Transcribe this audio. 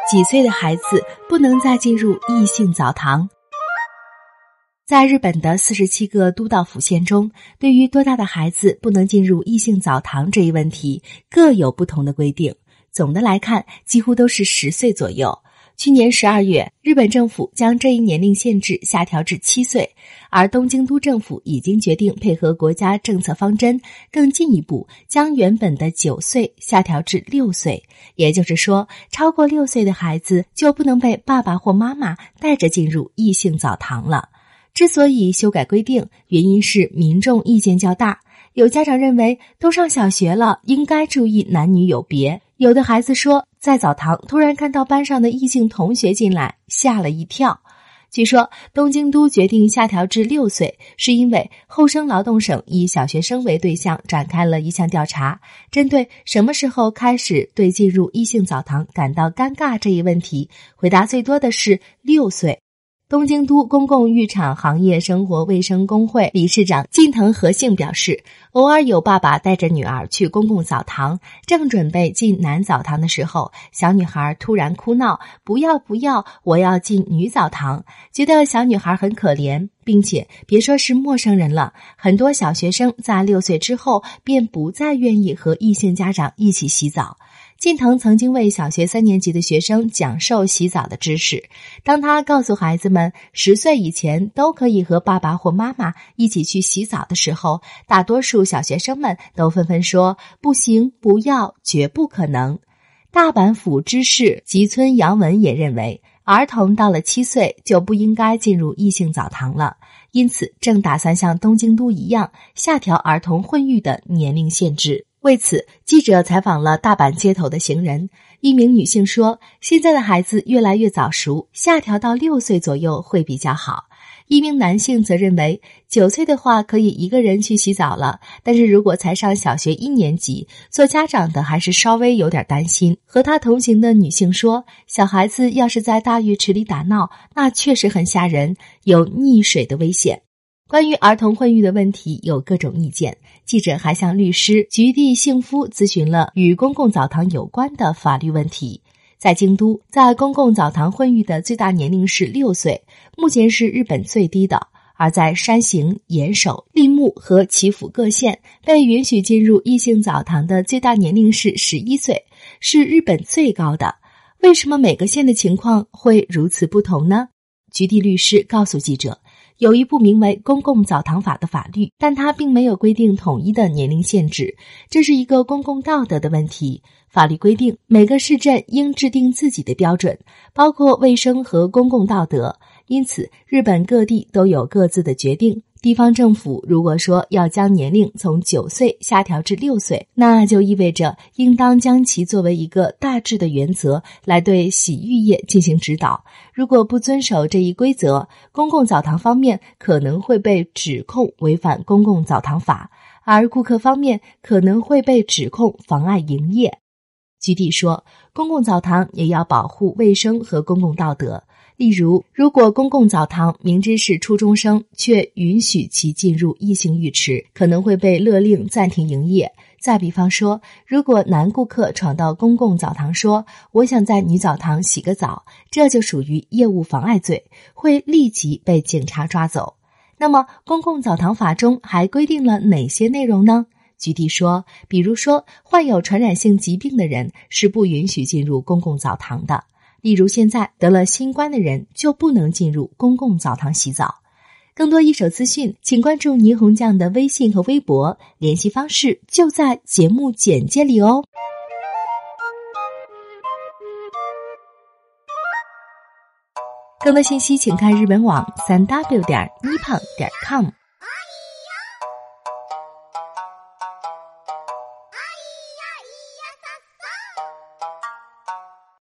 几岁的孩子不能再进入异性澡堂？在日本的47个都道府县中，对于多大的孩子不能进入异性澡堂这一问题，各有不同的规定。总的来看，几乎都是10岁左右。去年12月，日本政府将这一年龄限制下调至7岁，而东京都政府已经决定配合国家政策方针，更进一步将原本的9岁下调至6岁。也就是说，超过6岁的孩子就不能被爸爸或妈妈带着进入异性澡堂了。之所以修改规定，原因是民众意见较大。有家长认为，都上小学了，应该注意男女有别。有的孩子说，在澡堂突然看到班上的异性同学进来，吓了一跳。据说，东京都决定下调至6岁，是因为厚生劳动省以小学生为对象展开了一项调查，针对什么时候开始对进入异性澡堂感到尴尬这一问题，回答最多的是6岁。东京都公共浴场行业生活卫生工会理事长近藤和幸表示，偶尔有爸爸带着女儿去公共澡堂，正准备进男澡堂的时候，小女孩突然哭闹，不要不要，我要进女澡堂，觉得小女孩很可怜，并且别说是陌生人了，很多小学生在6岁之后便不再愿意和异性家长一起洗澡。近藤曾经为小学3年级的学生讲授洗澡的知识，当他告诉孩子们10岁以前都可以和爸爸或妈妈一起去洗澡的时候，大多数小学生们都纷纷说不行，不要，绝不可能。大阪府知事吉村洋文也认为，儿童到了7岁就不应该进入异性澡堂了，因此正打算像东京都一样下调儿童混浴的年龄限制。为此，记者采访了大阪街头的行人。一名女性说，现在的孩子越来越早熟，下调到6岁左右会比较好。一名男性则认为，9岁的话可以一个人去洗澡了，但是如果才上小学1年级，做家长的还是稍微有点担心。和他同行的女性说，小孩子要是在大浴池里打闹，那确实很吓人，有溺水的危险。关于儿童混浴的问题有各种意见，记者还向律师菊地幸夫咨询了与公共澡堂有关的法律问题。在京都，在公共澡堂混浴的最大年龄是6岁，目前是日本最低的。而在山形、岩手、立木和岐阜各县，被允许进入异性澡堂的最大年龄是11岁，是日本最高的。为什么每个县的情况会如此不同呢？菊地律师告诉记者，有一部名为《公共澡堂法》的法律，但它并没有规定统一的年龄限制，这是一个公共道德的问题。法律规定，每个市镇应制定自己的标准，包括卫生和公共道德。因此，日本各地都有各自的决定。地方政府如果说要将年龄从9岁下调至6岁，那就意味着应当将其作为一个大致的原则来对洗浴业进行指导。如果不遵守这一规则，公共澡堂方面可能会被指控违反公共澡堂法，而顾客方面可能会被指控妨碍营业。菊地说，公共澡堂也要保护卫生和公共道德。例如，如果公共澡堂明知是初中生，却允许其进入异性浴池，可能会被勒令暂停营业。再比方说，如果男顾客闯到公共澡堂说，我想在女澡堂洗个澡，这就属于业务妨碍罪，会立即被警察抓走。那么，公共澡堂法中还规定了哪些内容呢？菊地说，比如说，患有传染性疾病的人是不允许进入公共澡堂的。例如，现在得了新冠的人就不能进入公共澡堂洗澡。更多一手资讯，请关注霓虹酱的微信和微博，联系方式就在节目简介里哦。更多信息请看日本网 3w.nippon.com。